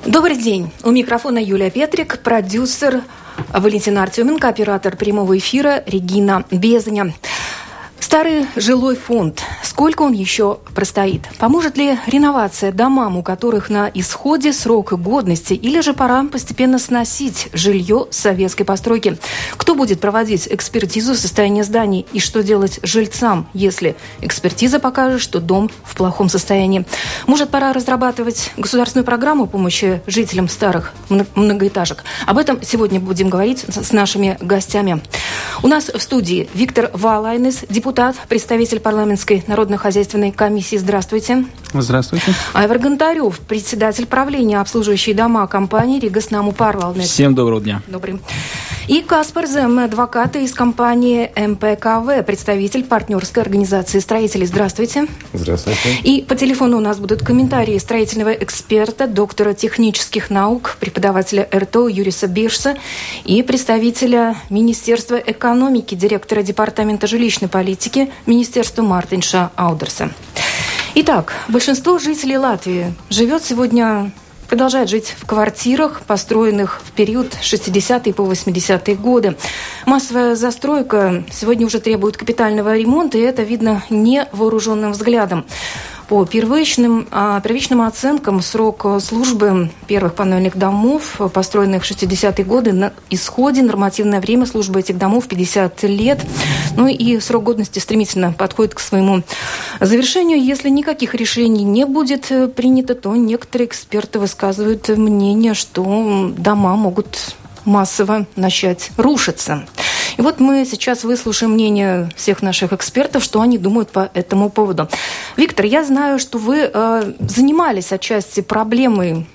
Добрый день. У микрофона Юлия Петрик, продюсер Валентина Артеменко, оператор прямого эфира Регина Безаня. Старый жилой фонд. Сколько он еще простоит? Поможет ли реновация домам, у которых на исходе срок годности, или же пора постепенно сносить жилье советской постройки? Кто будет проводить экспертизу состояния зданий и что делать жильцам, если экспертиза покажет, что дом в плохом состоянии? Может, пора разрабатывать государственную программу помощи жителям старых многоэтажек? Об этом сегодня будем говорить с нашими гостями. У нас в студии Виктор Валайнес, депутат, представитель парламентской народно-хозяйственной комиссии. Здравствуйте. Здравствуйте. Айвар Гонтарев, председатель правления обслуживающей дома компании Риgas Namu pārvaldnieks. Всем доброго дня. Добрый. И Каспар Зем, адвокат из компании МПКВ, представитель партнерской организации строителей. Здравствуйте. Здравствуйте. И по телефону у нас будут комментарии строительного эксперта, доктора технических наук, преподавателя РТО Юриса Бирса и представителя Министерства экономики, директора департамента жилищной политики Министерства Мартинша Аудерса. Итак, большинство жителей Латвии продолжает жить в квартирах, построенных в период 60-е по 80-е годы. Массовая застройка сегодня уже требует капитального ремонта, и это видно невооруженным взглядом. По первичным оценкам, срок службы первых панельных домов, построенных в 60-е годы, на исходе нормативное время службы этих домов 50 лет. Ну и срок годности стремительно подходит к своему завершению. Если никаких решений не будет принято, то некоторые эксперты высказывают мнение, что дома могут массово начать рушиться. И вот мы сейчас выслушаем мнение всех наших экспертов, что они думают по этому поводу. Виктор, я знаю, что вы занимались отчасти проблемой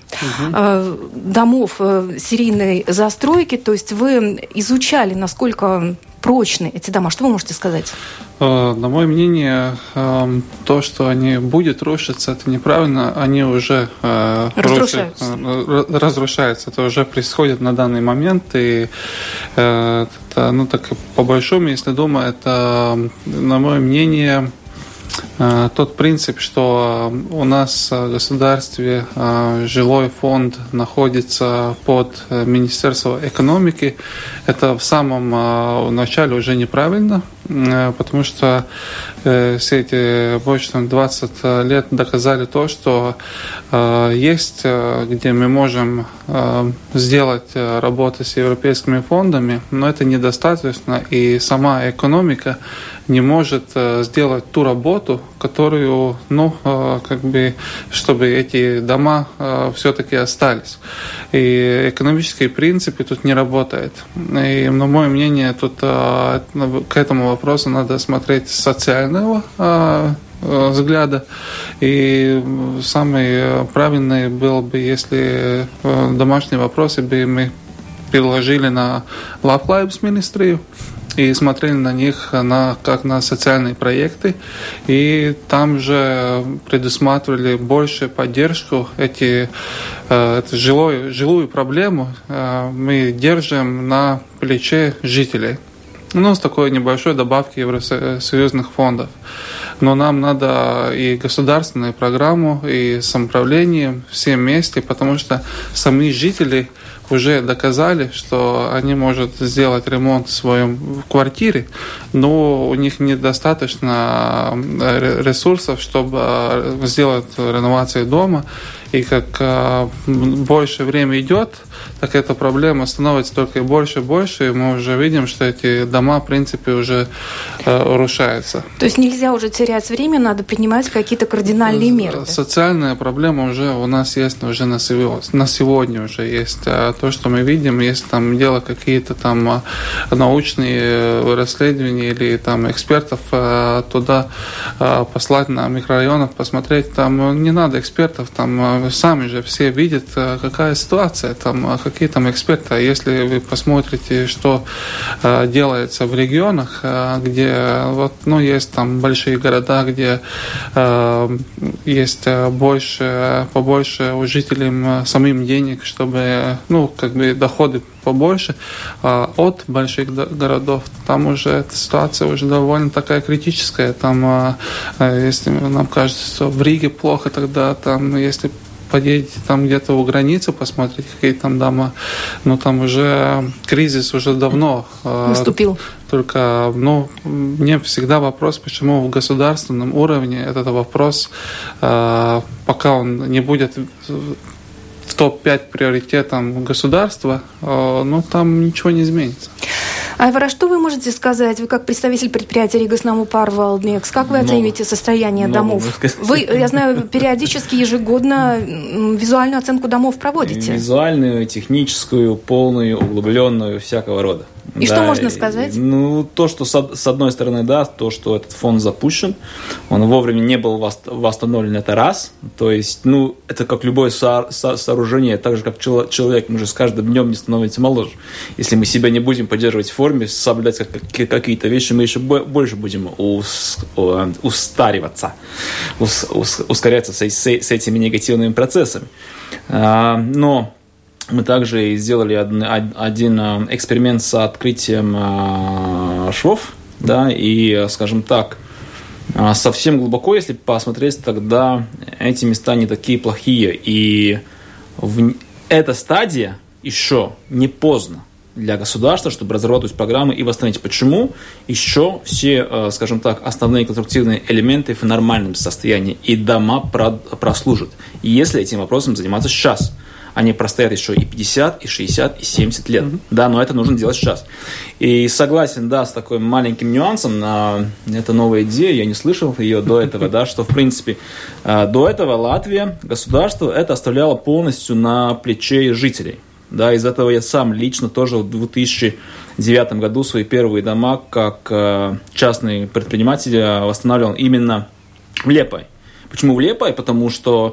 домов серийной застройки, то есть вы изучали, насколько прочны эти дома. Что вы можете сказать? На мое мнение, то, что они будут рушиться, это неправильно. Они уже разрушаются. Это уже происходит на данный момент. И это, так по большому, если думать, это, на мое мнение, тот принцип, что у нас в государстве жилой фонд находится под Министерством экономики, это в самом начале уже неправильно, потому что все эти больше 20 лет доказали то, что есть, где мы можем сделать работу с европейскими фондами, но это недостаточно, и сама экономика не может сделать ту работу, которую, чтобы эти дома все-таки остались. И экономические принципы тут не работают. И, на мое мнение, тут к этому вопросу надо смотреть с социального взгляда. И самый правильный был бы, если домашние вопросы бы мы переложили на Labklājības ministriju и смотрели на них как на социальные проекты, и там же предусматривали большую поддержку. Эту жилую проблему мы держим на плече жителей. С такой небольшой добавкой евросоюзных фондов. Но нам надо и государственную программу, и самоуправление все вместе, потому что сами жители уже доказали, что они могут сделать ремонт в своем квартире, но у них недостаточно ресурсов, чтобы сделать реновацию дома. И как больше время идет, так эта проблема становится только больше и больше, и мы уже видим, что эти дома, в принципе, уже рушаются. То есть нельзя уже терять время, надо принимать какие-то кардинальные меры. Социальная проблема уже у нас есть уже на сегодня уже есть. То, что мы видим, если там делать какие-то там научные расследования или там экспертов туда послать на микрорайонах, посмотреть, там не надо экспертов, там сами же все видят, какая ситуация, там, какие там эксперты. Если вы посмотрите, что делается в регионах, где есть там большие города, где есть побольше у жителей самим денег, чтобы доходы побольше, от больших городов там уже эта ситуация уже довольно такая критическая. Там, если нам кажется, что в Риге плохо, тогда там, если поедете там где-то у границы, посмотрите, какие там дома, но там уже кризис уже давно наступил. Только, мне всегда вопрос, почему в государственном уровне этот вопрос, пока он не будет в топ-5 приоритетом государства, там ничего не изменится. Айвар, а что вы можете сказать? Вы как представитель предприятия Ригас-Наму Парвалднекс, как вы оцениваете состояние домов? Вы, я знаю, периодически, ежегодно визуальную оценку домов проводите. Визуальную, техническую, полную, углубленную, всякого рода. И что можно сказать? То, что с одной стороны, то, что этот фонд запущен, он вовремя не был восстановлен, это раз. То есть, это как любое сооружение, так же, как человек, мы же с каждым днем не становимся моложе. Если мы себя не будем поддерживать в форме, соблюдать какие-то вещи, мы еще больше будем устариваться, ускоряться с этими негативными процессами. Но мы также сделали один эксперимент с открытием швов, и, скажем так, совсем глубоко, если посмотреть, тогда эти места не такие плохие. И эта стадия еще не поздно для государства, чтобы разработать программы и восстановить. Почему? Еще все, скажем так, основные конструктивные элементы в нормальном состоянии, и дома прослужат. И если этим вопросом заниматься сейчас, они простоят еще и 50, и 60, и 70 лет. Но это нужно делать сейчас. И согласен, с таким маленьким нюансом. Это новая идея, я не слышал ее до этого, что, в принципе, до этого Латвия, государство, это оставляло полностью на плече жителей. Из этого я сам лично тоже в 2009 году свои первые дома как частный предприниматель восстанавливал именно в Лиепае. Почему в Лиепае? Потому что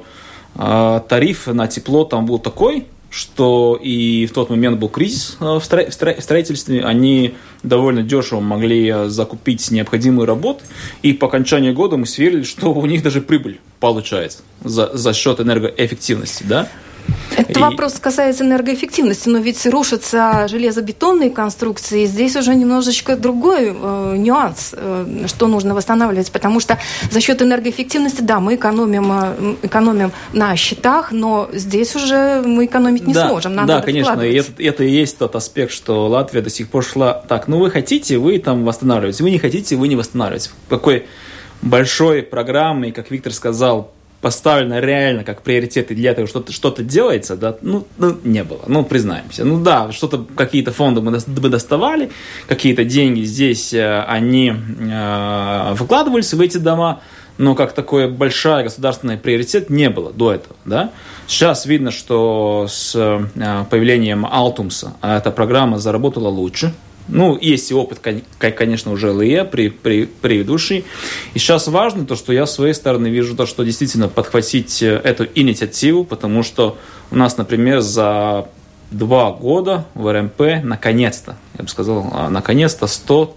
тариф на тепло там был такой, что и в тот момент был кризис в строительстве, они довольно дешево могли закупить необходимую работу, и по окончании года мы сверили, что у них даже прибыль получается за счет энергоэффективности, Этот вопрос касается энергоэффективности, но ведь рушатся железобетонные конструкции, и здесь уже немножечко другой нюанс, что нужно восстанавливать, потому что за счет энергоэффективности, мы экономим на счетах, но здесь уже мы экономить не сможем. Надо конечно, и это и есть тот аспект, что Латвия до сих пор шла так, вы хотите, вы там восстанавливаете, вы не хотите, вы не восстанавливаете. Какой большой программой, как Виктор сказал, поставлено реально как приоритеты для того, что-то делается, не было, признаемся. Что-то, какие-то фонды мы доставали, какие-то деньги здесь, они выкладывались в эти дома, но как такой большой государственный приоритет не было до этого, Сейчас видно, что с появлением Алтумса эта программа заработала лучше. Есть и опыт, конечно, уже ЛИЭ предыдущий. И сейчас важно то, что я с своей стороны вижу то, что действительно подхватить эту инициативу, потому что у нас, например, за 2 года в РМП наконец-то, я бы сказал, наконец-то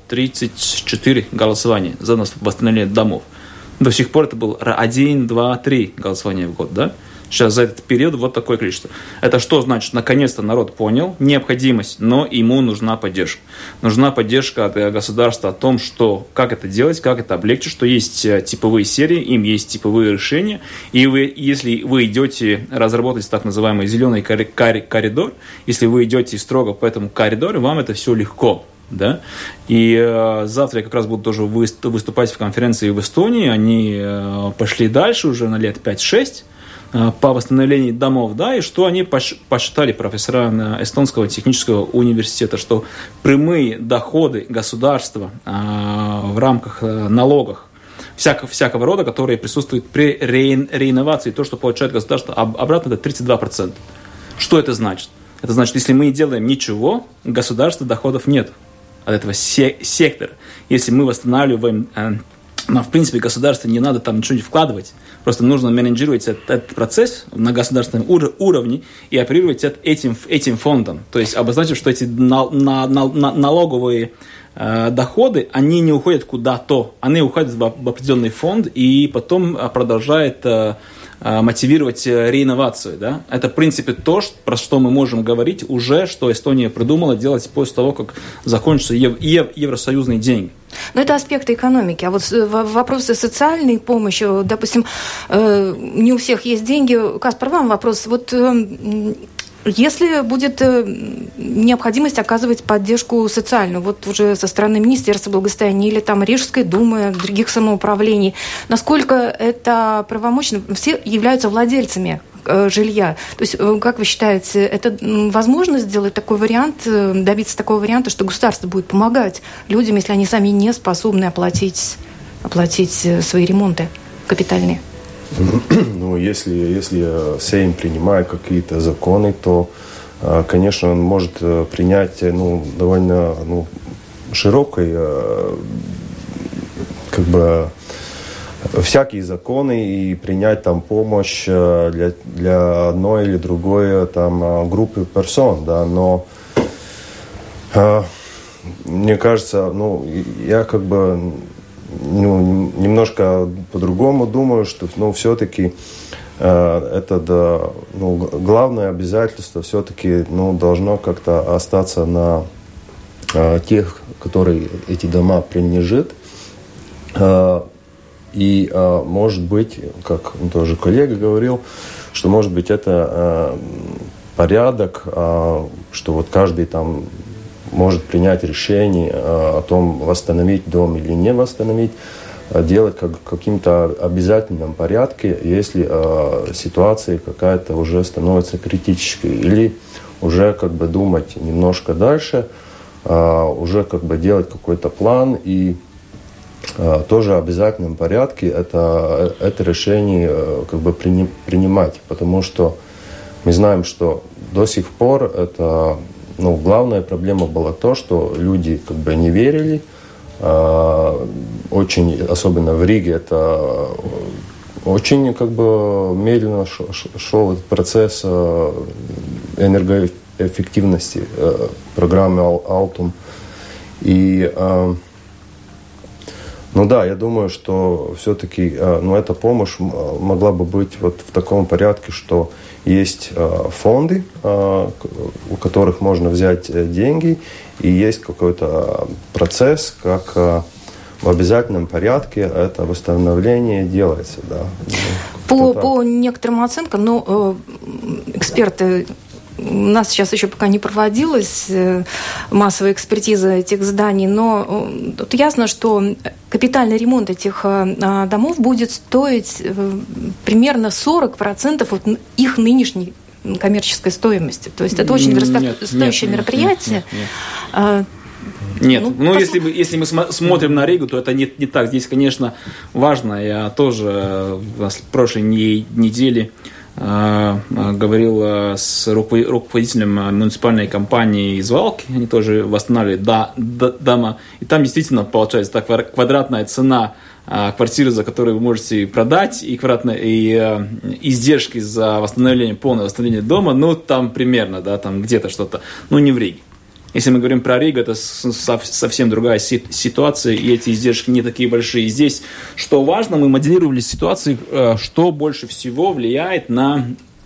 134 голосования за восстановление домов. До сих пор это было 1, 2, 3 голосования в год, Сейчас за этот период вот такое количество. Это что значит? Наконец-то народ понял необходимость, но ему нужна поддержка. Нужна поддержка от государства о том, как это делать, как это облегчить, что есть типовые серии, им есть типовые решения. И если вы идете разработать так называемый зеленый коридор, если вы идете строго по этому коридору, вам это все легко. И завтра я как раз буду тоже выступать в конференции в Эстонии. Они пошли дальше уже на лет 5-6. По восстановлению домов, и что они посчитали, профессора Эстонского технического университета, что прямые доходы государства в рамках налогов всякого рода, которые присутствуют при реинновации, то, что получает государство, обратно это 32%. Что это значит? Это значит, если мы не делаем ничего, государства доходов нет от этого сектора. Если мы восстанавливаем, в принципе, государству не надо там ничего не вкладывать, просто нужно менеджировать этот процесс на государственном уровне и оперировать этим фондом. То есть обозначив, что эти налоговые доходы, они не уходят куда-то, они уходят в определенный фонд и потом продолжает мотивировать реинновацию. Да? Это, в принципе, то, про что мы можем говорить уже, что Эстония придумала делать после того, как закончатся евросоюзные деньги. Но это аспекты экономики. А вот вопросы социальной помощи, допустим, не у всех есть деньги. Каспар, вам вопрос. Вот если будет необходимость оказывать поддержку социальную, вот уже со стороны Министерства благосостояния или там Рижской думы, других самоуправлений, насколько это правомочно? Все являются владельцами жилья. То есть, как вы считаете, это возможно сделать такой вариант, добиться такого варианта, что государство будет помогать людям, если они сами не способны оплатить свои ремонты капитальные? Ну, если Сейм принимает какие-то законы, то, конечно, он может принять довольно широкой, всякие законы и принять там помощь для одной или другой там группы персон, да, но мне кажется, я немножко по-другому думаю, что, все-таки это, главное обязательство все-таки, должно как-то остаться на тех, которые эти дома принадлежат. И, может быть, как тоже коллега говорил, что, может быть, это порядок, что вот каждый там может принять решение о том, восстановить дом или не восстановить, делать каким-то обязательном порядке, если ситуация какая-то уже становится критической. Или уже думать немножко дальше, уже делать какой-то план и тоже в обязательном порядке это решение принимать. Потому что мы знаем, что до сих пор это... главная проблема была то, что люди не верили. Очень, особенно в Риге, это очень медленно шел этот процесс энергоэффективности программы Altum. И я думаю, что все-таки эта помощь могла бы быть вот в таком порядке, что есть фонды, у которых можно взять деньги, и есть какой-то процесс, как в обязательном порядке это восстановление делается. Да. По некоторым оценкам, эксперты, у нас сейчас еще пока не проводилась массовая экспертиза этих зданий, но тут ясно, что капитальный ремонт этих домов будет стоить примерно 40% от их нынешней коммерческой стоимости. То есть это очень дорогостоящее мероприятие. Нет, если мы смотрим на Ригу, то это не так. Здесь, конечно, важно. Я тоже в прошлой неделе говорил с руководителем муниципальной компании из Валки, они тоже восстанавливали дома, и там действительно получается квадратная цена квартиры, за которую вы можете продать, и издержки за полное восстановление дома, там примерно, да, там где-то что-то, не в Риге. Если мы говорим про Ригу, это совсем другая ситуация, и эти издержки не такие большие. Здесь, что важно, мы моделировали ситуацию, что больше всего влияет на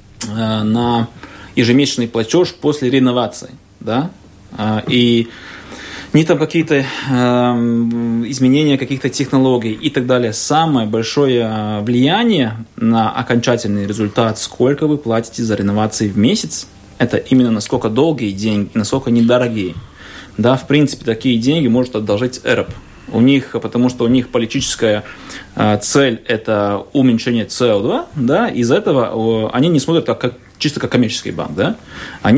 ежемесячный платеж после реновации. Да? И не там какие-то изменения каких-то технологий и так далее. Самое большое влияние на окончательный результат, сколько вы платите за реновации в месяц, это именно насколько долгие деньги, насколько недорогие. Да, в принципе, такие деньги может одолжить ЭРП. Потому что у них политическая цель – это уменьшение СО2, да, из-за этого они не смотрят чисто как коммерческий банк. Да? Они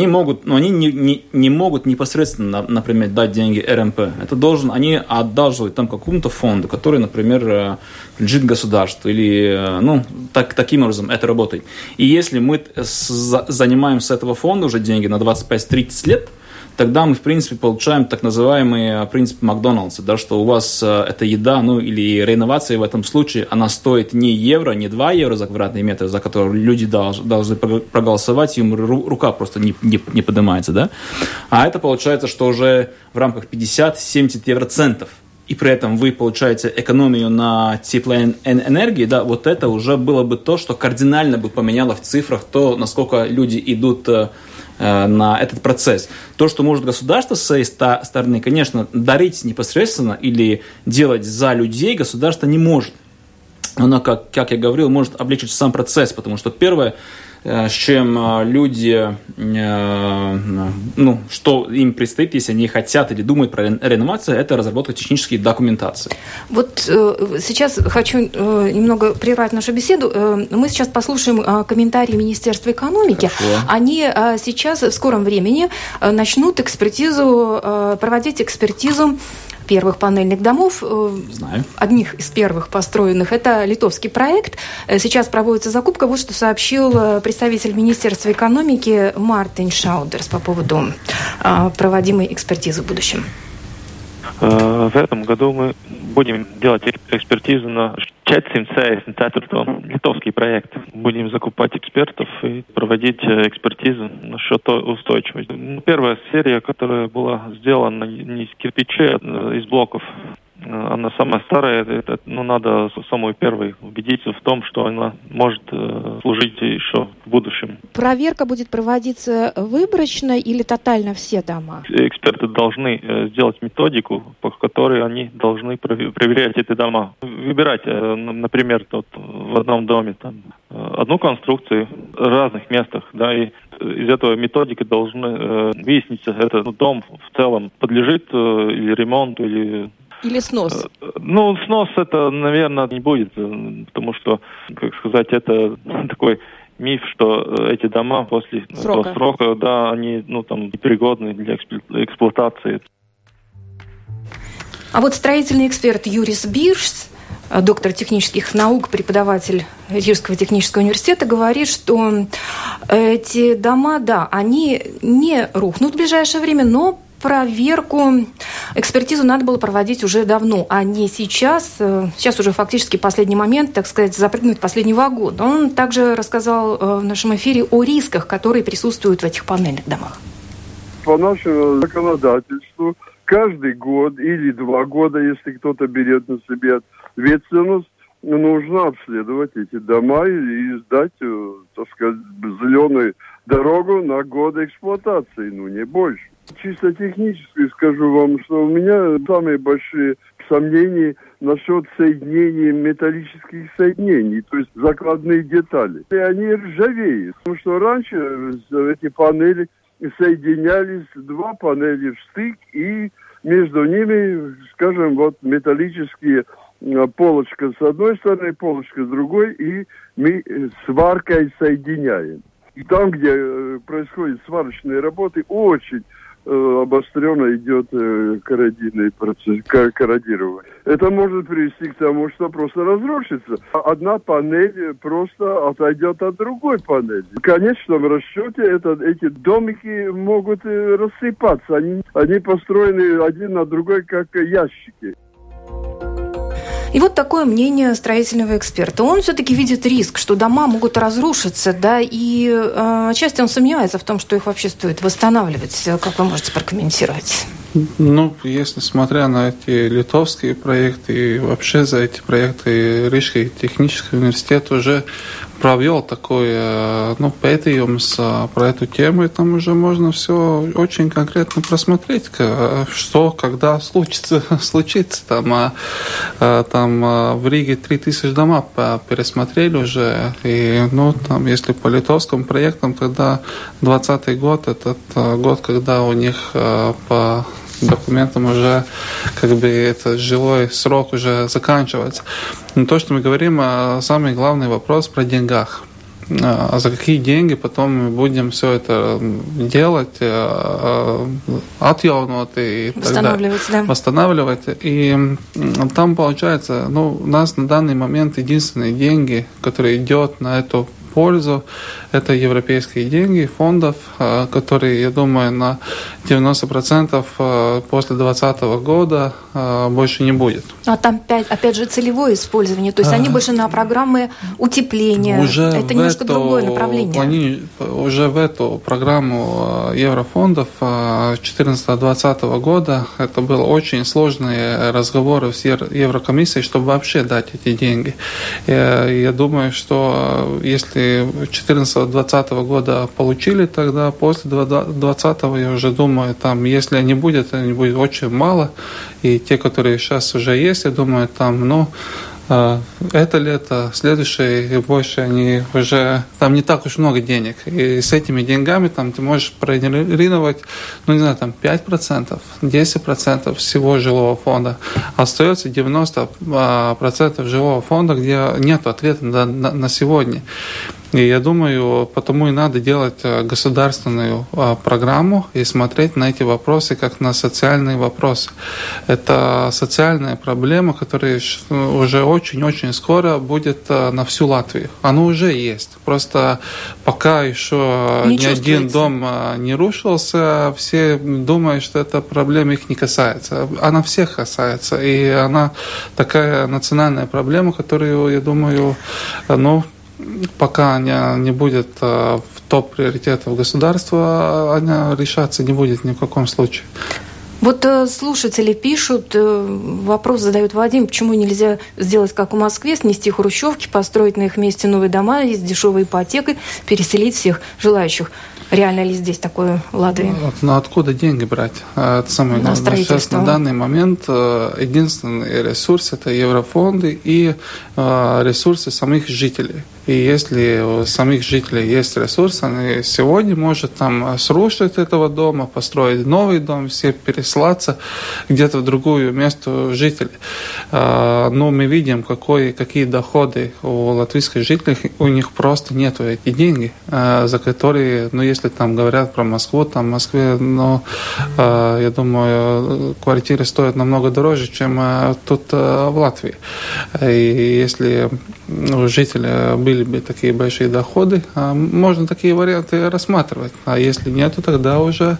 не могут непосредственно, например, дать деньги РМП. Они одалживают там какому-то фонду, который, например, лежит государству. Или, таким образом это работает. И если мы занимаем с этого фонда уже деньги на 25-30 лет, тогда мы, в принципе, получаем так называемый принцип Макдоналдса, да, что у вас эта еда, или реновация в этом случае, она стоит не евро, не 2 евро за квадратный метр, за который люди должны проголосовать, им рука просто не поднимается, да, а это получается, что уже в рамках 50-70 евроцентов и при этом вы получаете экономию на теплоэнергии, да, вот это уже было бы то, что кардинально бы поменяло в цифрах то, насколько люди идут на этот процесс. То, что может государство с своей стороны, конечно, дарить непосредственно или делать за людей государство не может. Оно, как я говорил, может облегчить сам процесс, потому что первое, с чем люди, что им предстоит, если они хотят или думают про реновацию, это разработка технической документации. Вот сейчас хочу немного прервать нашу беседу. Мы сейчас послушаем комментарии Министерства экономики. Хорошо. Они сейчас в скором времени начнут проводить экспертизу первых панельных домов. Знаю. Одних из первых построенных. Это литовский проект. Сейчас проводится закупка. Вот что сообщил представитель Министерства экономики Мартин Шаудерс по поводу проводимой экспертизы в будущем. В этом году мы будем делать экспертизу на 464 литовский проект. Будем закупать экспертов и проводить экспертизу насчет устойчивости. Первая серия, которая была сделана не из кирпичей, а из блоков. Она самая старая, надо самую первую убедиться в том, что она может служить еще в будущем. Проверка будет проводиться выборочно или тотально все дома? Эксперты должны сделать методику, по которой они должны проверять эти дома. Выбирать, например, в одном доме одну конструкцию в разных местах, да, и из этого методики должны выясниться, этот дом в целом подлежит или ремонту, или снос? Снос это, наверное, не будет, потому что, это такой миф, что эти дома после срока, да, они, непригодны для эксплуатации. А вот строительный эксперт Юрис Биршс, доктор технических наук, преподаватель Рижского технического университета, говорит, что эти дома, да, они не рухнут в ближайшее время, но проверку, экспертизу надо было проводить уже давно, а не сейчас. Сейчас уже фактически последний момент, так сказать, запрыгнуть в последний вагон. Он также рассказал в нашем эфире о рисках, которые присутствуют в этих панельных домах. По нашему законодательству каждый год или 2 года, если кто-то берет на себя ответственность, нужно обследовать эти дома и сдать, так сказать, зеленую дорогу на годы эксплуатации, не больше. Чисто технически скажу вам, что у меня самые большие сомнения насчет соединения металлических соединений, то есть закладные детали. И они ржавеют, потому что раньше эти панели соединялись, 2 панели в стык, и между ними, скажем, металлические полочка с одной стороны, полочка с другой, и мы сваркой соединяем. И там, где происходят сварочные работы, очень обостренно идет коррозийный процесс, коррозирование. Это может привести к тому, что просто разрушится. Одна панель просто отойдет от другой панели. В конечном расчете эти домики могут рассыпаться. Они построены один на другой, как ящики. И вот такое мнение строительного эксперта. Он все-таки видит риск, что дома могут разрушиться, да, и отчасти он сомневается в том, что их вообще стоит восстанавливать. Как вы можете прокомментировать? Если смотря на эти литовские проекты и вообще за эти проекты Рижский технический университет уже провел такой пētījums про эту тему, и там уже можно все очень конкретно просмотреть, что, когда случится. Там в Риге 3000 домов пересмотрели уже, и если по литовским проектам, тогда 2020 год, этот год, когда у них по документам уже этот жилой срок уже заканчивается. Но то, что мы говорим, самый главный вопрос про деньгах. А за какие деньги потом мы будем все это делать, отъявнуть и восстанавливать. И там получается, у нас на данный момент единственные деньги, которые идут на эту пользу. Это европейские деньги фондов, которые, я думаю, на 90% после 2020 года больше не будет. А там опять же целевое использование, то есть они больше на программы утепления. Уже это немножко другое направление. Уже в эту программу еврофондов 2014-2020 года это были очень сложные разговоры с Еврокомиссией, чтобы вообще дать эти деньги. Я думаю, что если 2014-2020 года получили, тогда после 2020 я уже думаю, там, если они будет очень мало. И те, которые сейчас уже есть, я думаю, там, это лето, следующее, больше они уже... Там не так уж много денег. И с этими деньгами там ты можешь проигнорировать, 5%, 10% всего жилого фонда. Остается 90% жилого фонда, где нет ответа на сегодня. И я думаю, потому и надо делать государственную программу и смотреть на эти вопросы как на социальные вопросы. Это социальная проблема, которая уже очень-очень скоро будет на всю Латвию. Она уже есть. Просто пока еще ни один дом не рушился, все думают, что эта проблема их не касается. Она всех касается. И она такая национальная проблема, которую, я думаю, пока она не будет в топ приоритетов государства, она решаться не будет ни в каком случае. Вот слушатели пишут, вопрос задают: Вадим, почему нельзя сделать, как в Москве, снести хрущевки, построить на их месте новые дома с дешевой ипотекой, переселить всех желающих? Реально ли здесь такое в Латвии? Но откуда деньги брать? Это самое главное. Сейчас на данный момент единственный ресурс – это еврофонды и ресурсы самих жителей. И если у самих жителей есть ресурс, они сегодня могут там срушить этого дома, построить новый дом, все переселяться где-то в другое место жителей. Но мы видим, какие доходы у латвийских жителей, у них просто нету эти деньги, за которые, если там говорят про Москву, там в Москве, я думаю, квартиры стоят намного дороже, чем тут в Латвии. И если у жителей были бы такие большие доходы, можно такие варианты рассматривать. А если нету, тогда уже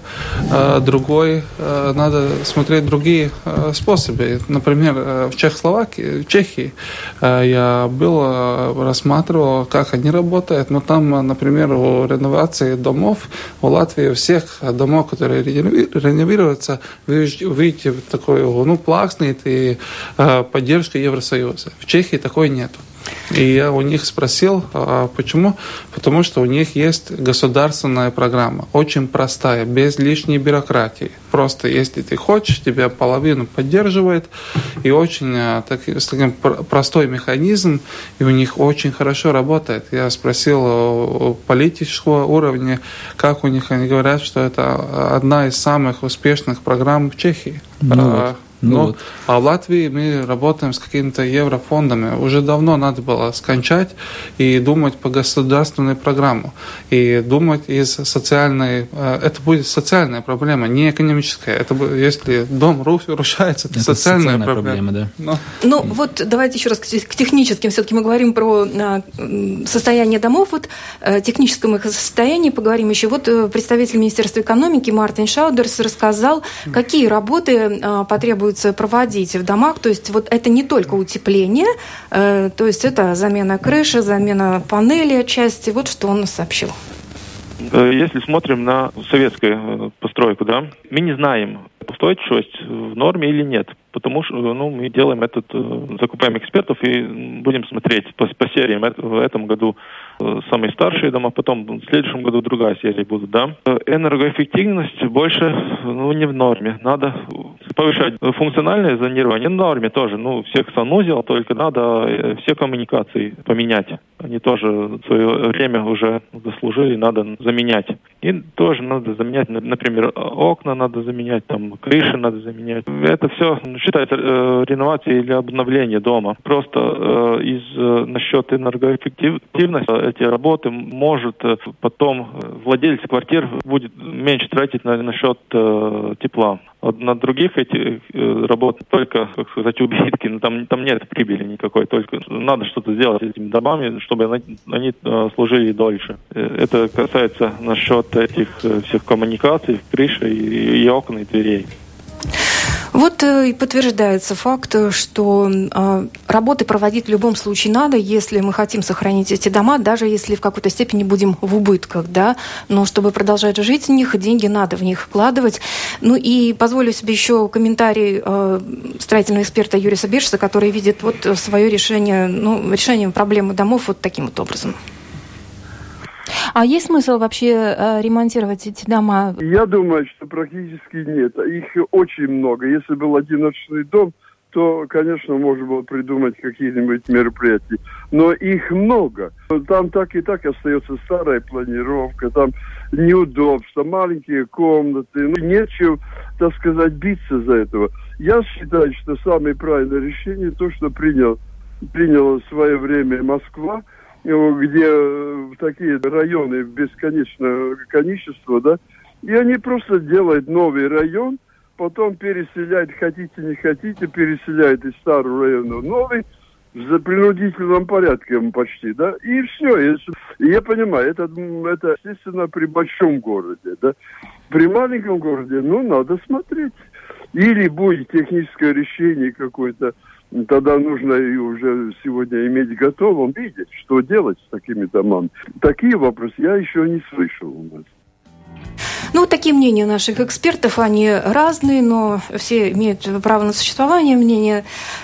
надо смотреть другие способы. Например, в Чехии я рассматривал, как они работают, но там, например, у реновации домов, у Латвии всех домов, которые реновируются, вы видите такой пластный и поддержка Евросоюза. В Чехии такой нету. И я у них спросил, почему? Потому что у них есть государственная программа, очень простая, без лишней бюрократии. Просто если ты хочешь, тебя половину поддерживает, и очень таким простой механизм, и у них очень хорошо работает. Я спросил у политического уровня, как у них, они говорят, что это одна из самых успешных программ в Чехии. А в Латвии мы работаем с какими-то еврофондами. Уже давно надо было скончать и думать по государственной программе. И думать из социальной... Это будет социальная проблема, не экономическая. Если дом рушается, это социальная проблема. Да. Вот давайте еще раз к техническим. Все-таки мы говорим про состояние домов. Техническом их состоянии поговорим еще. Представитель Министерства экономики Мартин Шаудерс рассказал, какие работы потребуются проводить в домах. То есть это не только утепление, то есть это замена крыши, замена панели отчасти. Вот что он сообщил. Если смотрим на советскую постройку, мы не знаем, устойчивость в норме или нет. Потому что мы делаем закупаем экспертов и будем смотреть по сериям. В этом году самые старшие дома, потом в следующем году другая серия будут. Энергоэффективность больше не в норме. Надо повышать функциональное зонирование в норме тоже. Всех санузел, только надо все коммуникации поменять. Они тоже в свое время уже заслужили, надо заменять. И тоже надо заменять, например, окна надо заменять, там, крыши надо заменять. Это все считается реновацией или обновлением дома. Просто насчет энергоэффективности эти работы может потом владелец квартир будет меньше тратить на счет тепла. На других этих работ только, как сказать, убытки, но там нет прибыли никакой, только надо что-то сделать с этими домами, чтобы они служили дольше. Это касается насчет этих всех коммуникаций, крыши и окон, и дверей. Вот и подтверждается факт, что работы проводить в любом случае надо, если мы хотим сохранить эти дома, даже если в какой-то степени будем в убытках, да, но чтобы продолжать жить в них, деньги надо в них вкладывать. Ну и позволю себе еще комментарий строительного эксперта Юриса Биршса, который видит вот свое решение, решение проблемы домов вот таким вот образом. А есть смысл вообще ремонтировать эти дома? Я думаю, что практически нет. Их очень много. Если был одиночный дом, то, конечно, можно было придумать какие-нибудь мероприятия. Но их много. Там так и так остается старая планировка, там неудобства, маленькие комнаты. Нечем, так сказать, биться за этого. Я считаю, что самое правильное решение то, что приняла в свое время Москва, где такие районы бесконечного количества, да, и они просто делают новый район, потом переселяют, хотите, не хотите, переселяют из старого района в новый, в принудительном порядке почти, да, и все. И я понимаю, это, естественно, при большом городе, да. При маленьком городе, надо смотреть. Или будет техническое решение какое-то, тогда нужно и уже сегодня иметь готовым, видеть, что делать с такими домами. Такие вопросы я еще не слышал у нас. Такие мнения наших экспертов, они разные, но все имеют право на существование. Мнения,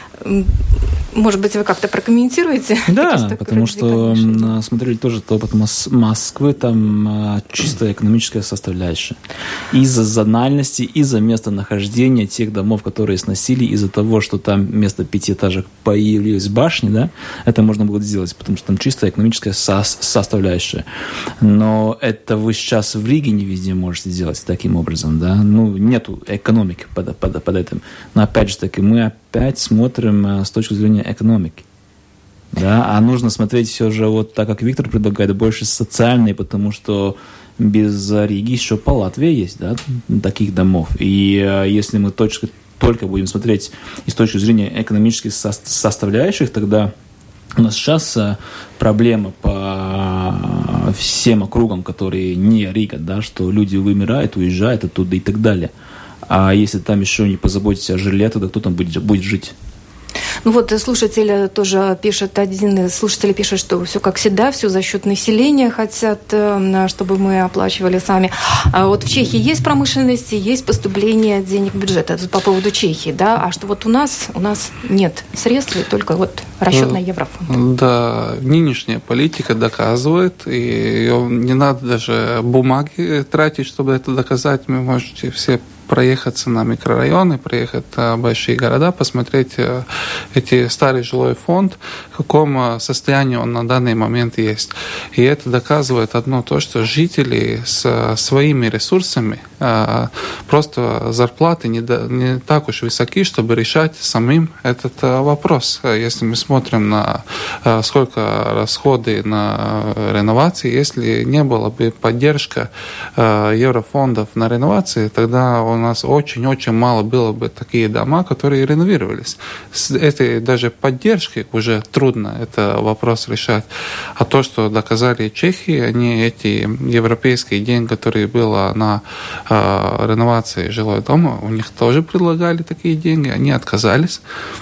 может быть, вы как-то прокомментируете? Да, потому что смотрели тоже опыт Москвы, там чисто экономическая составляющая. Из-за зональности, из-за местонахождения тех домов, которые сносили, из-за того, что там вместо 5 этажек появились башни, да, это можно было сделать, потому что там чисто экономическая составляющая. Но это вы сейчас в Риге не везде можете сделать таким образом, да. Нету экономики под этим. Но опять же таки, мы опять смотрим с точки зрения экономики. Да? А нужно смотреть все же вот так, как Виктор предлагает, больше социальные, потому что без Риги еще по Латвии есть, да, таких домов. И если мы только будем смотреть и с точки зрения экономических составляющих, тогда у нас сейчас проблема по всем округам, которые не Рига, да, что люди вымирают, уезжают оттуда и так далее. А если там еще не позаботитесь о жилье, тогда кто там будет жить? Слушатель тоже пишет, один из слушателей пишет, что все как всегда, все за счет населения хотят, чтобы мы оплачивали сами. А вот в Чехии есть промышленность, есть поступление денег в бюджет. Это по поводу Чехии, да? А что вот у нас нет средств, только расчет на еврофонд. Да, нынешняя политика доказывает, и не надо даже бумаги тратить, чтобы это доказать. Вы можете все проехаться на микрорайоны, проехать в большие города, посмотреть эти старый жилой фонд, в каком состоянии он на данный момент есть. И это доказывает одно то, что жители с своими ресурсами, просто зарплаты не так уж высоки, чтобы решать самим этот вопрос. Если мы смотрим на сколько расходы на реновации, если не было бы поддержка еврофондов на реновации, тогда у нас очень-очень мало было бы такие дома, которые реновировались. С этой даже поддержкой уже трудно этот вопрос решать. А то, что доказали Чехии, они эти европейские деньги, которые были на реновации жилого дома, у них тоже предлагали такие деньги, они отказались.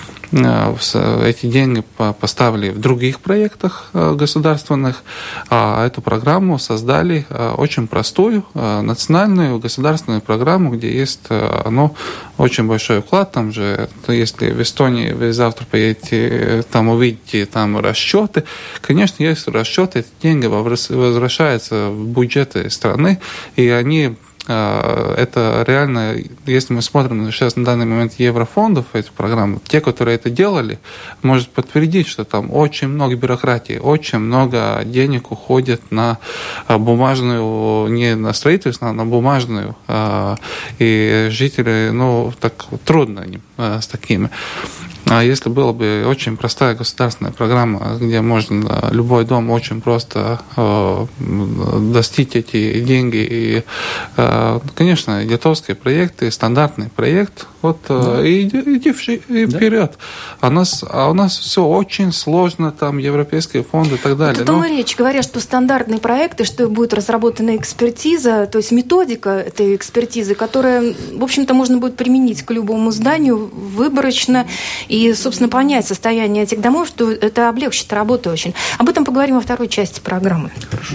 Эти деньги поставили в других проектах государственных, а эту программу создали очень простую национальную государственную программу, где есть очень большой вклад. Там же, если в Эстонии вы завтра поедете, там увидите там расчеты. Конечно, есть расчеты, эти деньги возвращаются в бюджеты страны, и они это реально, если мы смотрим сейчас на данный момент еврофондов, эти программы, те, которые это делали, может подтвердить, что там очень много бюрократии, очень много денег уходит на бумажную, не на строительство, а на бумажную. И жители, так трудно им с такими. А если была бы очень простая государственная программа, где можно любой дом очень просто достичь эти деньги, и, конечно, литовские проекты, стандартный проект, иди вперед. А у нас все очень сложно, там европейские фонды и так далее. О том и речь. Говорят, что стандартные проекты, что будет разработана экспертиза, то есть методика этой экспертизы, которая, в общем-то, можно будет применить к любому зданию выборочно и, собственно, понять состояние этих домов, что это облегчит работу очень. Об этом поговорим во второй части программы. Хорошо.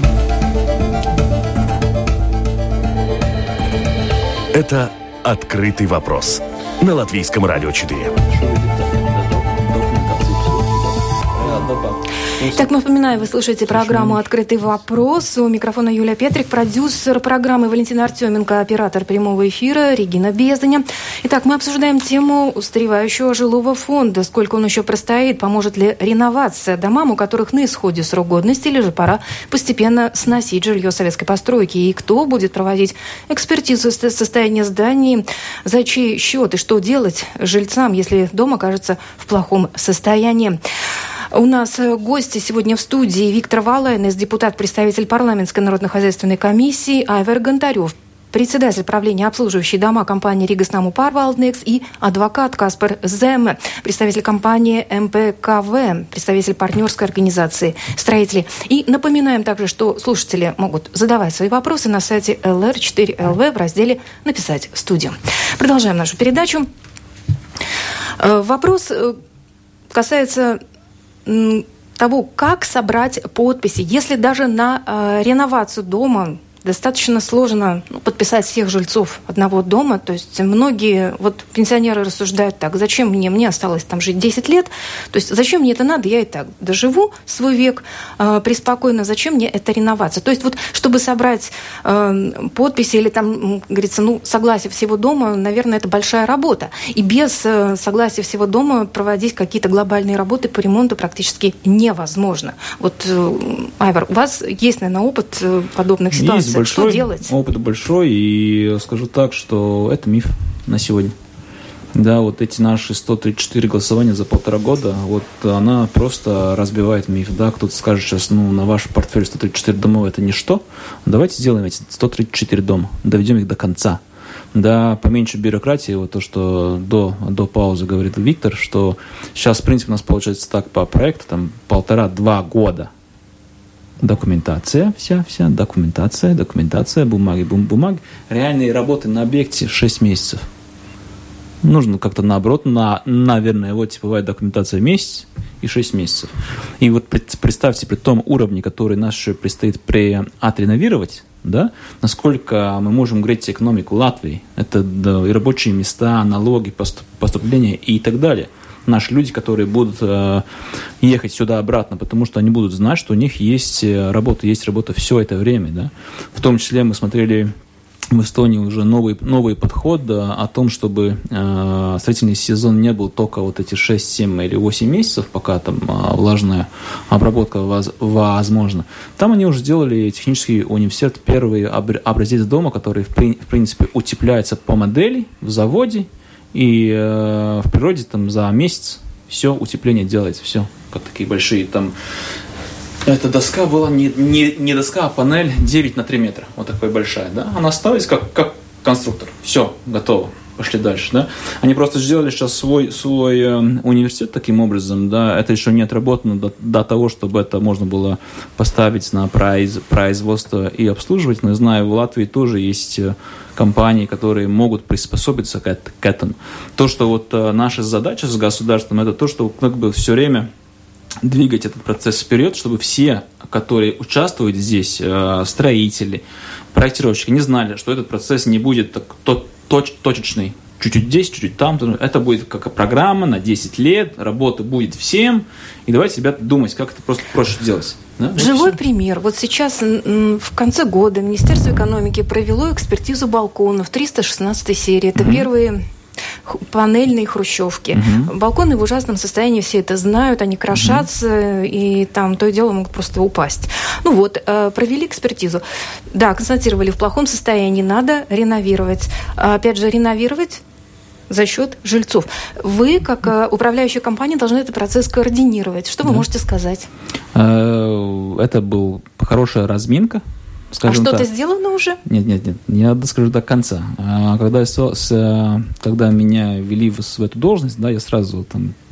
Это «Открытый вопрос» на Латвийском радио 4. Так, напоминаю, вы слушаете программу «Открытый вопрос». У микрофона Юлия Петрик, продюсер программы Валентина Артеменко, оператор прямого эфира Регина Безданя. Итак, мы обсуждаем тему устаревающего жилого фонда. Сколько он еще простоит, поможет ли реновация домам, у которых на исходе срок годности, или же пора постепенно сносить жилье советской постройки. И кто будет проводить экспертизу состояния зданий, за чей счет и что делать жильцам, если дом окажется в плохом состоянии. У нас гости сегодня в студии: Виктор Валайнес, депутат-представитель парламентской народно-хозяйственной комиссии, Айвар Гонтарев, председатель правления обслуживающей дома компании Риgas Namu Pārvaldnieks, и адвокат Каспар Земе, представитель компании МПКВ, представитель партнерской организации строителей. И напоминаем также, что слушатели могут задавать свои вопросы на сайте LR4LV в разделе «Написать в студию». Продолжаем нашу передачу. Вопрос касается того, как собрать подписи. Если даже на реновацию дома достаточно сложно подписать всех жильцов одного дома. То есть многие пенсионеры рассуждают так: зачем мне осталось там жить 10 лет, то есть зачем мне это надо, я и так доживу свой век преспокойно, зачем мне эта реновация? То есть чтобы собрать подписи или там, говорится, согласие всего дома, наверное, это большая работа. И без согласия всего дома проводить какие-то глобальные работы по ремонту практически невозможно. Айвар, у вас есть, наверное, опыт подобных ситуаций. Что делать? Опыт большой, и скажу так, что это миф на сегодня. Да, эти наши 134 голосования за 1,5 года, она просто разбивает миф. Да, кто-то скажет сейчас, на ваш портфель 134 домов это ничто. Давайте сделаем эти 134 дома, доведем их до конца. Да, поменьше бюрократии, то, что до паузы говорит Виктор, что сейчас, в принципе, у нас получается так по проекту, там 1,5-2 года. Документация, вся документация, бумаги. Реальные работы на объекте 6 месяцев. Нужно как-то наоборот, наверное, бывает документация месяц и 6 месяцев. И представьте, при том уровне, который нас еще предстоит отреновировать, да, насколько мы можем греть экономику Латвии. Это и рабочие места, налоги, поступления и так далее. Наши люди, которые будут ехать сюда-обратно, потому что они будут знать, что у них есть работа все это время. Да? В том числе мы смотрели в Эстонии уже новый подход о том, чтобы строительный сезон не был только эти 6, 7 или 8 месяцев, пока там влажная обработка возможна. Там они уже сделали технический университет, первый образец дома, который в принципе утепляется по модели в заводе. И в природе там за месяц все утепление делается, все, как такие большие там. Эта доска была не доска, а панель 9 на 3 метра, такая большая, да. Она осталась как конструктор, все, готово, пошли дальше, да. Они просто сделали сейчас свой университет таким образом, да. Это еще не отработано до того, чтобы это можно было поставить на производство и обслуживать. Но я знаю, в Латвии тоже есть компании, которые могут приспособиться к этому. То, что наша задача с государством, это то, что все время двигать этот процесс вперед, чтобы все, которые участвуют здесь, строители, проектировщики, не знали, что этот процесс не будет точечный. Чуть-чуть здесь, чуть-чуть там. Это будет как программа на 10 лет, работа будет всем. И давайте, ребята, думать, как это просто проще сделать. Да? Живой пример. Вот сейчас в конце года Министерство экономики провело экспертизу балконов 316 серии. Это первые панельные хрущевки. Балконы в ужасном состоянии, все это знают, они крошатся, и там то и дело могут просто упасть. Провели экспертизу. Да, констатировали, в плохом состоянии, надо реновировать. Опять же, реновировать за счет жильцов. Вы, как управляющая компания, должны этот процесс координировать. Что вы можете сказать? Это была хорошая разминка. Что-то сделано уже? Нет, я доскажу до конца. Когда меня ввели в эту должность, да, я сразу,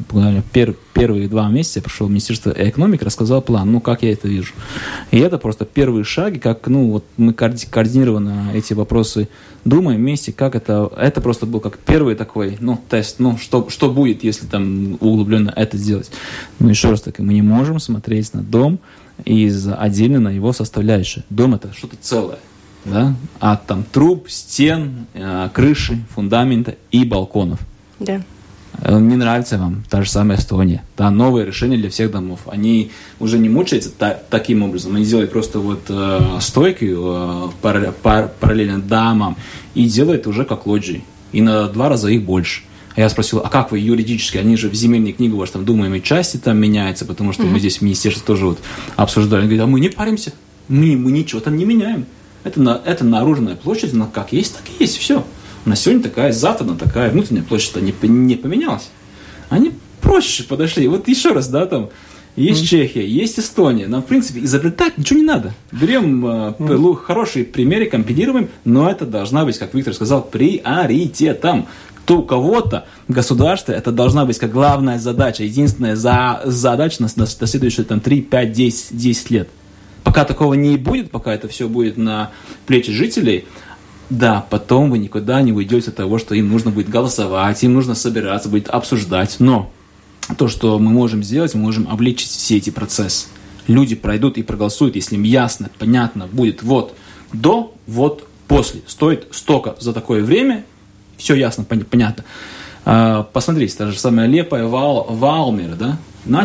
первые 2 месяца я пришел в Министерство экономики, рассказал план, как я это вижу. И это просто первые шаги, как, мы координированно эти вопросы думаем вместе, как это просто был как первый такой, тест, что будет, если там углубленно это сделать. Но еще раз таки, мы не можем смотреть на дом отдельно на его составляющие. Дом — это что-то целое, да? От труб, стен, крыши, фундамента и балконов. Да. Не нравится вам та же самая Эстония. Да, новые решения для всех домов. Они уже не мучаются таким образом. Они делают просто стойки параллельно домам и делают уже как лоджии. И на 2 раза их больше. А я спросил, а как вы юридически? Они же в земельной книге у вас думаемые части меняются, потому что мы здесь в министерстве тоже обсуждали. Они говорят, а мы не паримся, мы ничего там не меняем. Это наружная площадь, она как есть, так и есть, все. На сегодня такая, завтра она такая, внутренняя площадь не поменялась. Они проще подошли. Вот еще раз, да, есть Чехия, есть Эстония. Нам, в принципе, изобретать ничего не надо. Берем хорошие примеры, компилируем, но это должна быть, как Виктор сказал, приоритетом. У кого-то государство это должна быть как главная задача, единственная задача на следующие 3, 5, 10 лет. Пока такого не будет, пока это все будет на плечи жителей, да, потом вы никуда не уйдете от того, что им нужно будет голосовать, им нужно собираться, будет обсуждать. Но то, что мы можем сделать, мы можем облегчить все эти процессы. Люди пройдут и проголосуют, если им ясно, понятно будет до, после. Стоит столько за такое время. Все ясно, понятно. Посмотрите, та же самая Лепая, Валмера, да?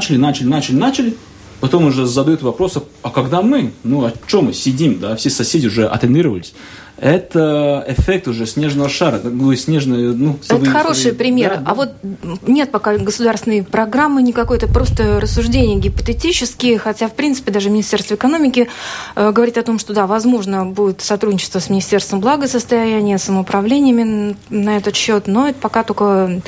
Начали, потом уже задают вопросы, а когда мы? А что мы сидим, да? Все соседи уже оттренировались. Это эффект уже снежного шара, снежный, это хороший пример. Да. А нет пока государственной программы никакой, это просто рассуждения гипотетические, хотя, в принципе, даже Министерство экономики говорит о том, что, да, возможно, будет сотрудничество с Министерством благосостояния, самоуправлениями на этот счет, но это пока только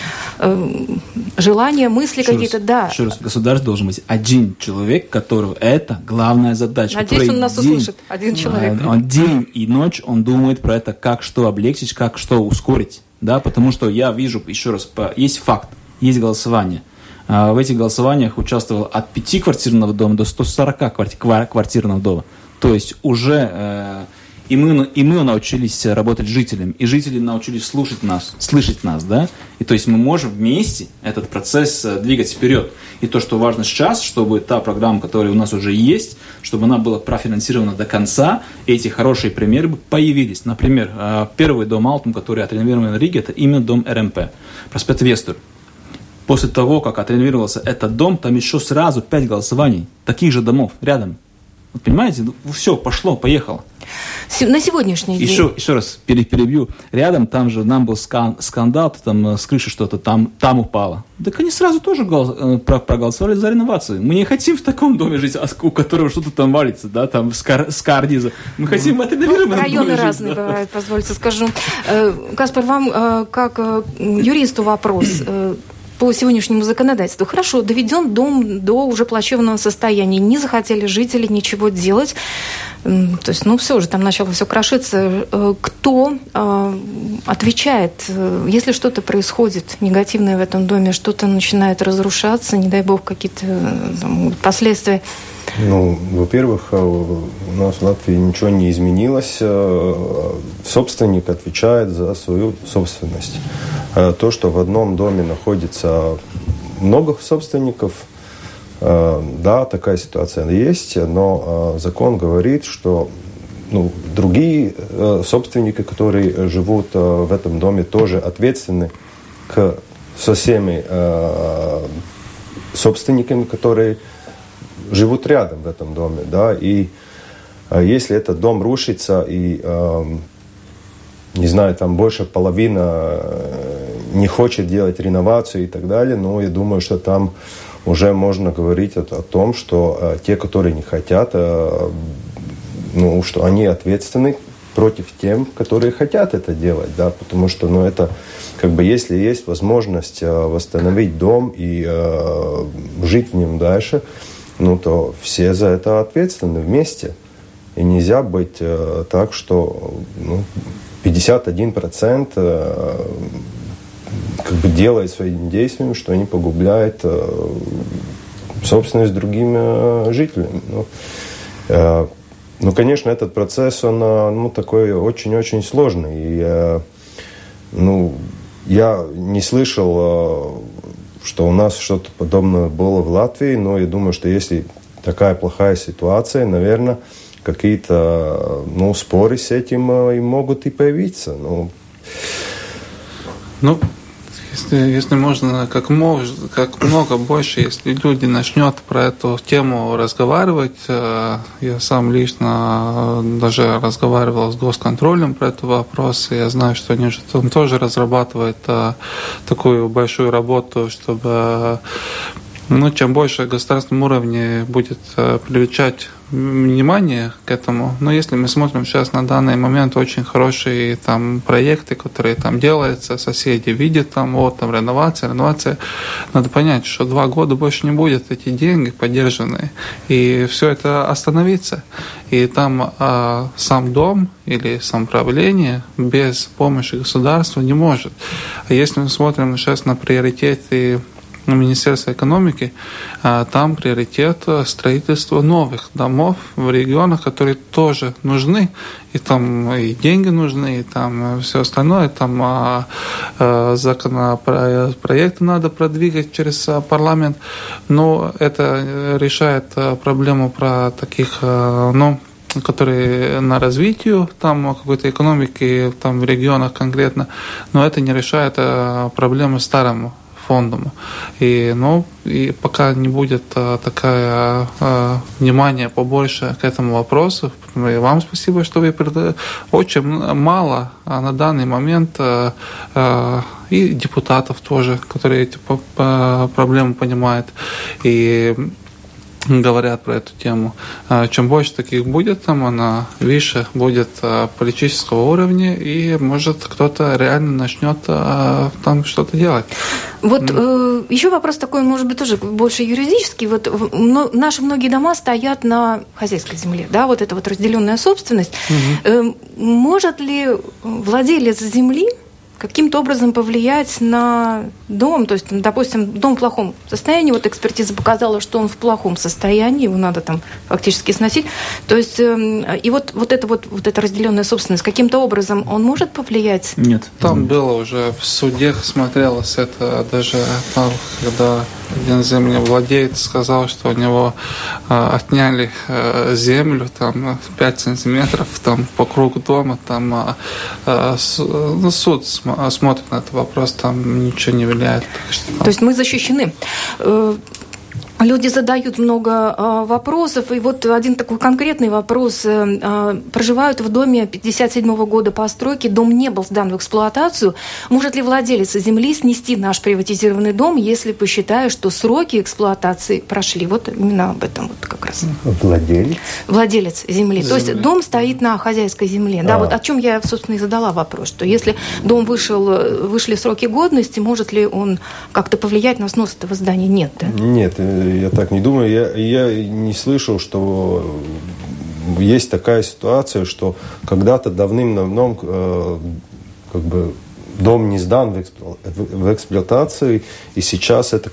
желания, мысли какие-то, да. Еще раз, государство должен быть один человек, которого это главная задача. Надеюсь, он нас услышит, один человек. Он день и ночь, он думает про это, как что облегчить, как что ускорить, да, потому что я вижу, еще раз, есть факт, есть голосование. В этих голосованиях участвовало от 5-квартирного дома до 140-квартирного дома. То есть уже и мы научились работать с жителями, и жители научились слышать нас, да, и то есть мы можем вместе этот процесс двигать вперед. И то, что важно сейчас, чтобы та программа, которая у нас уже есть, чтобы она была профинансирована до конца, и эти хорошие примеры появились. Например, первый дом Алтум, который отреновирован в Риге, это именно дом РМП, проспект Вестур. После того, как отреновировался этот дом, там еще сразу 5 голосований, таких же домов рядом. Вот понимаете, все, пошло, поехало. На сегодняшний день. Еще раз перебью. Рядом там же нам был скандал, там с крыши что-то там упало. Так они сразу тоже проголосовали за реновацию. Мы не хотим в таком доме жить, у которого что-то там валится, да, там с карниза. Мы хотим в отреновированном доме жить. Районы разные бывают, позвольте скажу. Каспар, вам как юристу вопрос. По сегодняшнему законодательству. Хорошо, доведен дом до уже плачевного состояния. Не захотели жители ничего делать. То есть, все уже там начало все крошиться. Кто отвечает, если что-то происходит негативное в этом доме, что-то начинает разрушаться, не дай бог, какие-то последствия? Во-первых, у нас в Латвии ничего не изменилось. Собственник отвечает за свою собственность. То, что в одном доме находится много собственников, да, такая ситуация есть, но закон говорит, что другие собственники, которые живут в этом доме, тоже ответственны со всеми собственниками, которые живут рядом в этом доме, да, и если этот дом рушится и, не знаю, там больше половины не хочет делать реновацию и так далее, но я думаю, что там уже можно говорить о том, что те, которые не хотят, что они ответственны против тем, которые хотят это делать, да, потому что, это как бы если есть возможность восстановить дом и жить в нем дальше, то все за это ответственны вместе. И нельзя быть так, что 51% как бы делает своими действиями, что они погубляют собственность другим жителям. Конечно, этот процесс, он такой очень-очень сложный. И, я не слышал, что у нас что-то подобное было в Латвии, но я думаю, что если такая плохая ситуация, наверное, какие-то споры с этим и могут и появиться. Если можно как много больше, если люди начнут про эту тему разговаривать, я сам лично даже разговаривал с госконтролем про этот вопрос, и я знаю, что они тоже разрабатывают такую большую работу, чтобы чем больше на государственном уровне будет привлекать внимание к этому. Но если мы смотрим сейчас на данный момент очень хорошие там проекты, которые там делаются, соседи видят там реновация. Надо понять, что 2 года больше не будет эти деньги поддержанные, и все это остановится. И там сам дом или самоуправление без помощи государства не может. А если мы смотрим сейчас на приоритеты Министерства экономики, там приоритет строительства новых домов в регионах, которые тоже нужны. И там и деньги нужны, и там все остальное. Там законопроекты надо продвигать через парламент. Но это решает проблему про таких, которые на развитие там какой-то экономики там в регионах конкретно. Но это не решает проблемы старому фондом. И пока не будет такое внимание побольше к этому вопросу, и вам спасибо, что вы очень мало на данный момент и депутатов тоже, которые эти проблемы понимают и говорят про эту тему. Чем больше таких будет, она выше будет политического уровня, и может кто-то реально начнет там что-то делать. Еще вопрос такой, может быть, тоже больше юридический. Наши многие дома стоят на хозяйской земле, да, это разделенная собственность. Может ли владелец земли каким-то образом повлиять на дом? То есть, допустим, дом в плохом состоянии, экспертиза показала, что он в плохом состоянии, его надо там фактически сносить. То есть, и эта разделенная собственность, каким-то образом он может повлиять? Нет. Там было уже в суде смотрелось это, даже там, когда один землевладелец сказал, что у него отняли землю там 5 сантиметров там по кругу дома, там суд смотрит на этот вопрос, там ничего не влияет. То есть мы защищены. Люди задают много вопросов, и один такой конкретный вопрос. Проживают в доме 1957 года постройки, дом не был сдан в эксплуатацию. Может ли владелец земли снести наш приватизированный дом, если посчитает, что сроки эксплуатации прошли? Именно об этом как раз. Владелец? Владелец земли. То есть дом стоит на хозяйской земле. Да, о чем я, собственно, и задала вопрос, что если дом вышли сроки годности, может ли он как-то повлиять на снос этого здания? Нет, да? Нет, я так не думаю. Я не слышал, что есть такая ситуация, что когда-то давным-давно дом не сдан в эксплуатацию, и сейчас это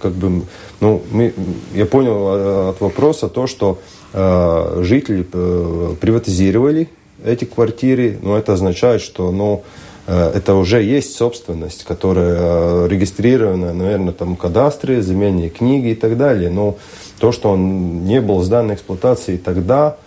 я понял от вопроса то, что жители приватизировали эти квартиры, но это означает, что это уже есть собственность, которая регистрирована, наверное, там в кадастре, земельные книги и так далее. Но то, что он не был сдан на эксплуатации тогда,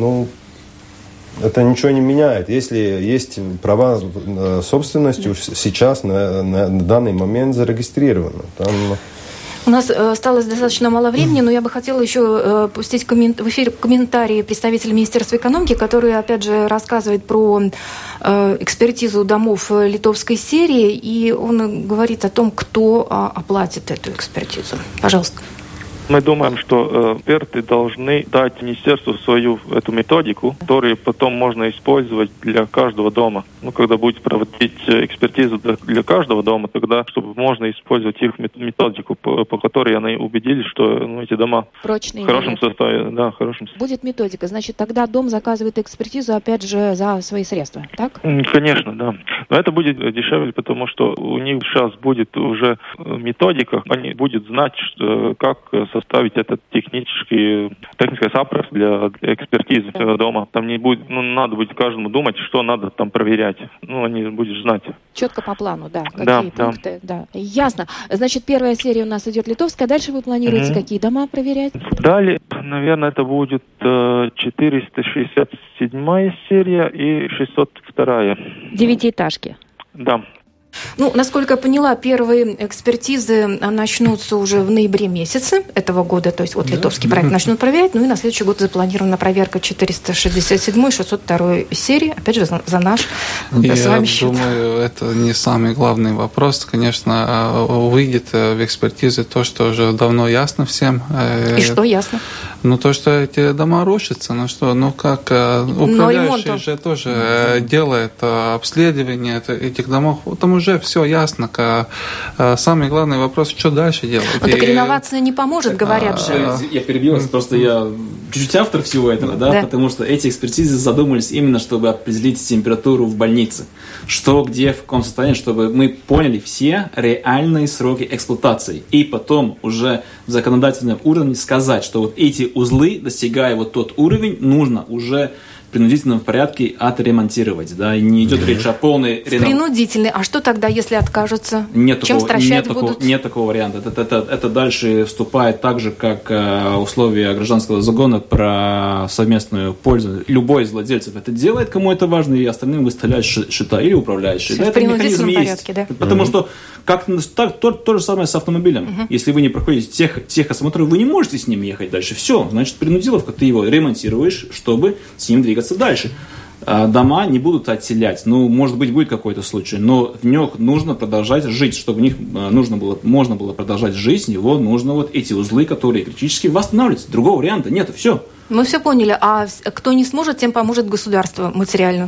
это ничего не меняет. Если есть права собственностью, сейчас на данный момент зарегистрировано. Там У нас осталось достаточно мало времени, но я бы хотела еще пустить в эфир комментарии представителя Министерства экономики, который, опять же, рассказывает про экспертизу домов литовской серии, и он говорит о том, кто оплатит эту экспертизу. Пожалуйста. Мы думаем, что эксперты должны дать министерству свою эту методику, которую потом можно использовать для каждого дома. Когда будет проводить экспертизу для каждого дома, тогда, чтобы можно использовать их методику, по которой они убедились, что эти дома прочные, в хорошем состоянии. Да, в хорошем состоянии. Будет методика, значит, тогда дом заказывает экспертизу, опять же, за свои средства, так? Конечно, да. Но это будет дешевле, потому что у них сейчас будет уже методика, они будут знать, как составить этот технический запрос для экспертизы дома. Там не будет, надо будет каждому думать, что надо там проверять. Они будут знать. Четко по плану, да. Какие пункты, да. Ясно. Значит, первая серия у нас идет литовская. Дальше вы планируете какие дома проверять? Далее, наверное, это будет 467 серия и 602. Девятиэтажки. Да. Насколько я поняла, первые экспертизы начнутся уже в ноябре месяце этого года, то есть литовский проект начнут проверять, и на следующий год запланирована проверка 467 и 602 серии, опять же, за наш с вами счет. Я думаю, это не самый главный вопрос. Конечно, выйдет в экспертизе то, что уже давно ясно всем. И что ясно? То, что эти дома рушатся, как управляющий же тоже делает обследование этих домов, там уже все ясно. Самый главный вопрос, что дальше делать. Так реновация не поможет, говорят же. Я перебил вас, просто я чуть-чуть автор всего этого, да, потому что эти экспертизы задумались именно, чтобы определить температуру в больнице. Что, где, в каком состоянии, чтобы мы поняли все реальные сроки эксплуатации. И потом уже в законодательном уровне сказать, что эти узлы, достигая тот уровень, нужно уже в принудительном порядке отремонтировать, да, и не идет речь о полной реновации. Принудительный. А что тогда, если откажутся? Чем стращать будут? Нет такого варианта. Это дальше вступает так же, как условия гражданского закона про совместную пользу. Любой из владельцев это делает, кому это важно, и остальным выставляют счета или управляют счета. В принудительном порядке, да? Потому что то же самое с автомобилем. Если вы не проходите техосмотр, вы не можете с ним ехать дальше. Все, значит, принудиловка, ты его ремонтируешь, чтобы с ним двигаться дальше. Дома не будут отселять. Может быть, будет какой-то случай, но в них нужно продолжать жить. Чтобы в них можно было продолжать жизнь, его нужно эти узлы, которые критически восстанавливаются. Другого варианта нет, все. Мы все поняли. А кто не сможет, тем поможет государство материально.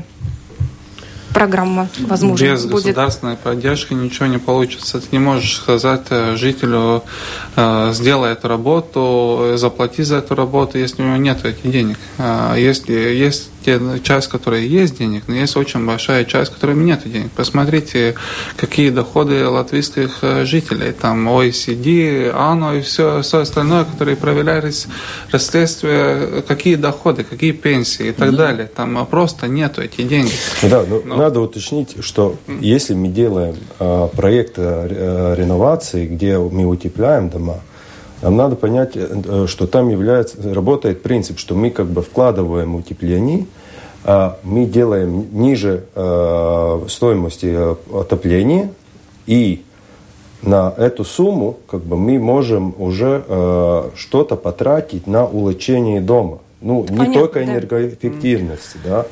Программа, возможно, без государственной поддержки ничего не получится. Ты не можешь сказать жителю, сделай эту работу, заплати за эту работу, если у него нет этих денег. Если есть часть, которая есть денег, но есть очень большая часть, которой нет денег. Посмотрите, какие доходы латвийских жителей. Там OECD, АНО и все остальное, которые проверялись расследствия, какие доходы, какие пенсии и так далее. Там просто нету этих денег. Да, надо уточнить, что если мы делаем проект реновации, где мы утепляем дома, нам надо понять, что там работает принцип, что мы вкладываем утепление, мы делаем ниже стоимости отопления, и на эту сумму мы можем уже что-то потратить на улучшение дома. Не только энергоэффективности, да.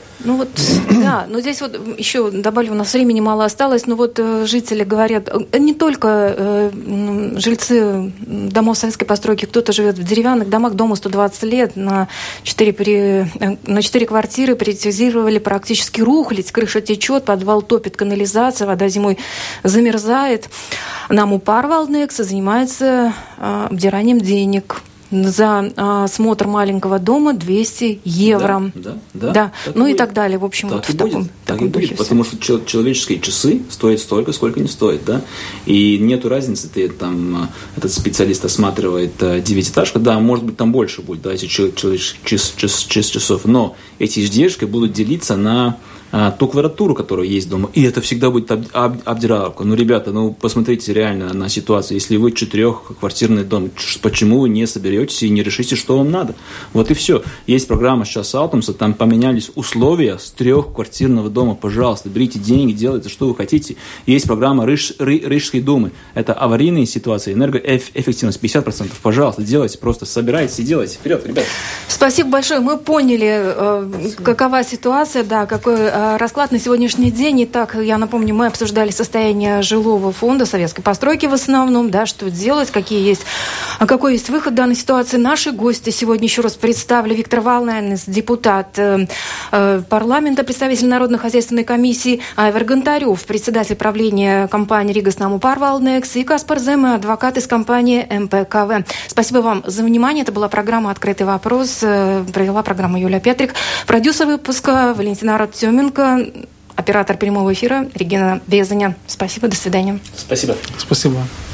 Но здесь еще добавлю, у нас времени мало осталось, но жители говорят, не только жильцы домов советской постройки, кто-то живет в деревянных домах, дому 120 лет, на 4 квартиры приватизировали практически рухлядь, крыша течет, подвал топит, канализация, вода зимой замерзает. Нам УПАР Валднекса занимается обдиранием денег. За осмотр маленького дома 200 евро. Да. И так далее. В общем, в таком духе. Потому что человеческие часы стоят столько, сколько не стоит, да. И нету разницы, этот специалист осматривает девятиэтажку, да, может быть, там больше будет, да, эти человеческих часов, но эти издержки будут делиться на ту квадратуру, которая есть дома, и это всегда будет обдираловка. Ну, ребята, посмотрите реально на ситуацию. Если вы 4-квартирный дом, почему вы не соберетесь и не решите, что вам надо? Вот и все. Есть программа сейчас Алтумса, там поменялись условия с 3-квартирного дома. Пожалуйста, берите деньги, делайте, что вы хотите. Есть программа Рижской думы. Это аварийные ситуации, энергоэффективность 50%. Пожалуйста, делайте, просто собирайтесь и делайте. Вперед, ребята. Спасибо большое. Мы поняли, какова ситуация, да, какой расклад на сегодняшний день. Итак, я напомню, мы обсуждали состояние жилого фонда советской постройки в основном, да, что делать, какой есть выход в данной ситуации. Наши гости сегодня еще раз представили: Виктор Валнайнес, депутат парламента, представитель Народно-хозяйственной комиссии, Айвар Гонтарев, председатель правления компании Риgas Namu Pārvaldnieks, и Каспар Земе, адвокат из компании МПКВ. Спасибо вам за внимание. Это была программа «Открытый вопрос». Провела программу Юлия Петрик. Продюсер выпуска Валентина Артеменко. Оператор прямого эфира Регина Безаня. Спасибо, до свидания. Спасибо. Спасибо.